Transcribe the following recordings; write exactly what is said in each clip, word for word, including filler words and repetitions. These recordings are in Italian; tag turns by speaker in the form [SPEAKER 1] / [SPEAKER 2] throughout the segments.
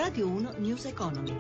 [SPEAKER 1] Radio uno News Economy.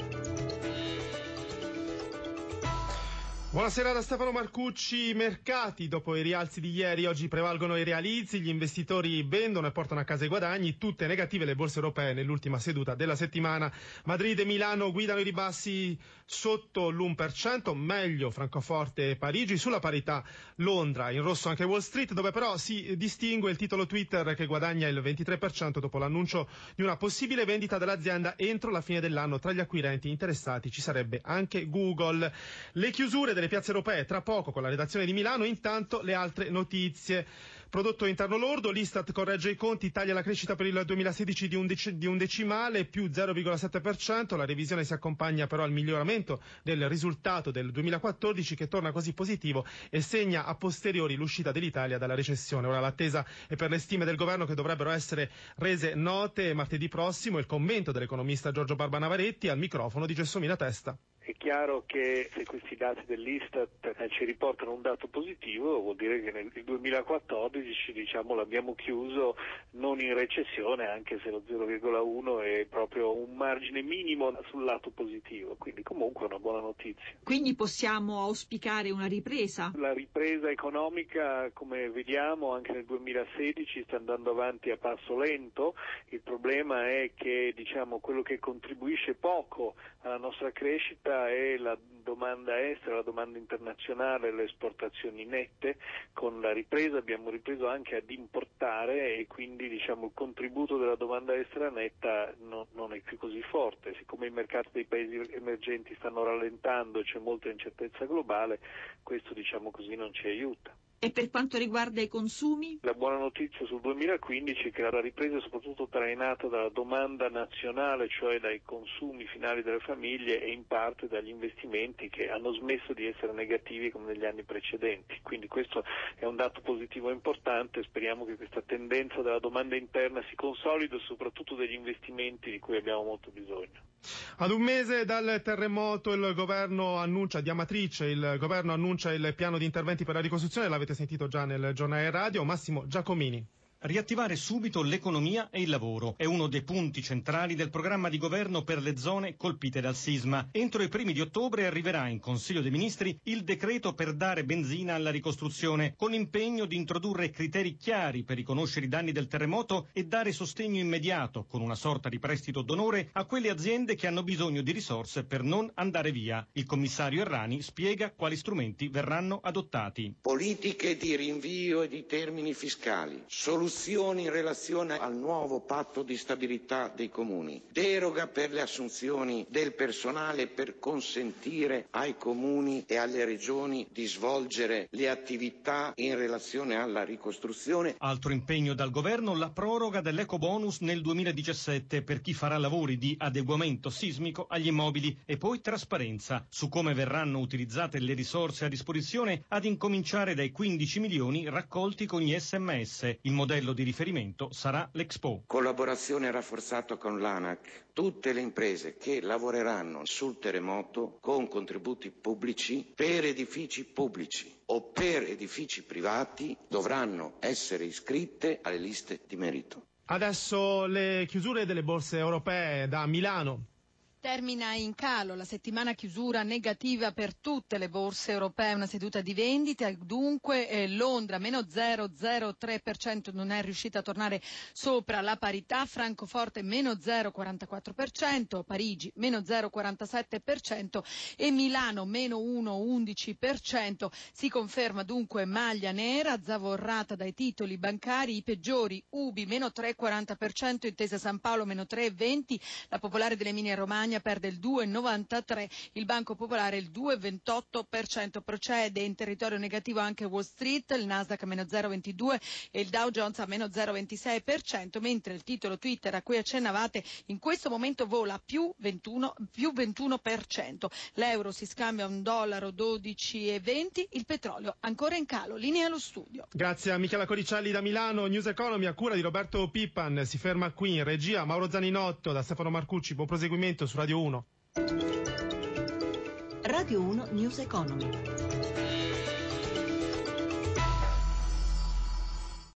[SPEAKER 2] Buonasera da Stefano Marcucci. Mercati, dopo i rialzi di ieri, oggi prevalgono i realizzi, gli investitori vendono e portano a casa i guadagni, tutte negative le borse europee nell'ultima seduta della settimana. Madrid e Milano guidano i ribassi sotto l'uno per cento, meglio Francoforte e Parigi, sulla parità Londra, in rosso anche Wall Street, dove però si distingue il titolo Twitter che guadagna il ventitré per cento dopo l'annuncio di una possibile vendita dell'azienda entro la fine dell'anno. Tra gli acquirenti interessati ci sarebbe anche Google. Le chiusure delle piazze europee tra poco con la redazione di Milano, intanto le altre notizie. Prodotto interno lordo, l'Istat corregge i conti, taglia la crescita per il duemilasedici di un, dec- di un decimale, più zero virgola sette per cento, la revisione si accompagna però al miglioramento del risultato del duemilaquattordici che torna così positivo e segna a posteriori l'uscita dell'Italia dalla recessione. Ora l'attesa è per le stime del governo che dovrebbero essere rese note martedì prossimo, il commento dell'economista Giorgio Barba Navaretti al microfono di Gelsomina Testa.
[SPEAKER 3] È chiaro che se questi dati dell'Istat eh, ci riportano un dato positivo, vuol dire che nel duemilaquattordici diciamo, l'abbiamo chiuso non in recessione, anche se lo zero virgola uno è proprio un margine minimo sul lato positivo, quindi comunque una buona notizia.
[SPEAKER 4] Quindi possiamo auspicare una ripresa?
[SPEAKER 3] La ripresa economica, come vediamo, anche nel duemilasedici sta andando avanti a passo lento. Il problema è che diciamo, quello che contribuisce poco alla nostra crescita è la domanda estera, la domanda internazionale, le esportazioni nette. Con la ripresa abbiamo ripreso anche ad importare e quindi diciamo, il contributo della domanda estera netta no, non è più così forte. Siccome i mercati dei paesi emergenti stanno rallentando e c'è molta incertezza globale, questo diciamo così non ci aiuta.
[SPEAKER 4] E per quanto riguarda i consumi?
[SPEAKER 3] La buona notizia sul duemilaquindici è che la ripresa è soprattutto trainata dalla domanda nazionale, cioè dai consumi finali delle famiglie e in parte dagli investimenti che hanno smesso di essere negativi come negli anni precedenti. Quindi questo è un dato positivo importante, speriamo che questa tendenza della domanda interna si consolidi, soprattutto degli investimenti di cui abbiamo molto bisogno.
[SPEAKER 2] Ad un mese dal terremoto il governo annuncia, di Amatrice, il governo annuncia il piano di interventi per la ricostruzione, l'avete sentito già nel giornale radio. Massimo Giacomini.
[SPEAKER 5] Riattivare subito l'economia e il lavoro è uno dei punti centrali del programma di governo per le zone colpite dal sisma. Entro i primi di ottobre arriverà in Consiglio dei Ministri il decreto per dare benzina alla ricostruzione, con l'impegno di introdurre criteri chiari per riconoscere i danni del terremoto e dare sostegno immediato, con una sorta di prestito d'onore, a quelle aziende che hanno bisogno di risorse per non andare via. Il commissario Errani spiega quali strumenti verranno adottati.
[SPEAKER 6] Politiche di rinvio e di termini fiscali, soluzioni in relazione al nuovo patto di stabilità dei comuni, deroga per le assunzioni del personale per consentire ai comuni e alle regioni di svolgere le attività in relazione alla ricostruzione.
[SPEAKER 5] Altro impegno dal governo, la proroga dell'ecobonus nel duemiladiciassette per chi farà lavori di adeguamento sismico agli immobili e poi trasparenza su come verranno utilizzate le risorse a disposizione, ad incominciare dai quindici milioni raccolti con gli sms. Il modello di riferimento sarà l'Expo.
[SPEAKER 6] Collaborazione rafforzata con l'ANAC. Tutte le imprese che lavoreranno sul terremoto con contributi pubblici per edifici pubblici o per edifici privati dovranno essere iscritte alle liste di merito.
[SPEAKER 2] Adesso le chiusure delle borse europee da Milano.
[SPEAKER 7] Termina in calo la settimana chiusura negativa per tutte le borse europee, una seduta di vendita, dunque eh, Londra meno zero virgola zero tre per cento, non è riuscita a tornare sopra la parità, Francoforte meno zero virgola quarantaquattro per cento, Parigi meno zero virgola quarantasette per cento e Milano meno uno virgola undici per cento. Si conferma dunque maglia nera zavorrata dai titoli bancari, i peggiori Ubi meno tre virgola quaranta per cento, Intesa San Paolo meno tre virgola venti, la Popolare dell'Emilia Romagna perde il due virgola novantatré, il Banco Popolare il due virgola ventotto per cento. Procede in territorio negativo anche Wall Street, il Nasdaq a meno zero virgola ventidue e il Dow Jones a meno zero virgola ventisei per cento, mentre il titolo Twitter a cui accennavate in questo momento vola più ventuno, più ventuno per cento. L'euro si scambia a un dollaro dodici virgola venti, il petrolio ancora in calo. Linea allo studio.
[SPEAKER 2] Grazie a Michela Coricelli da Milano. News Economy a cura di Roberto Pippan si ferma qui in regia. Mauro Zaninotto da Stefano Marcucci. Buon proseguimento su Radio uno.
[SPEAKER 1] Radio uno News Economy.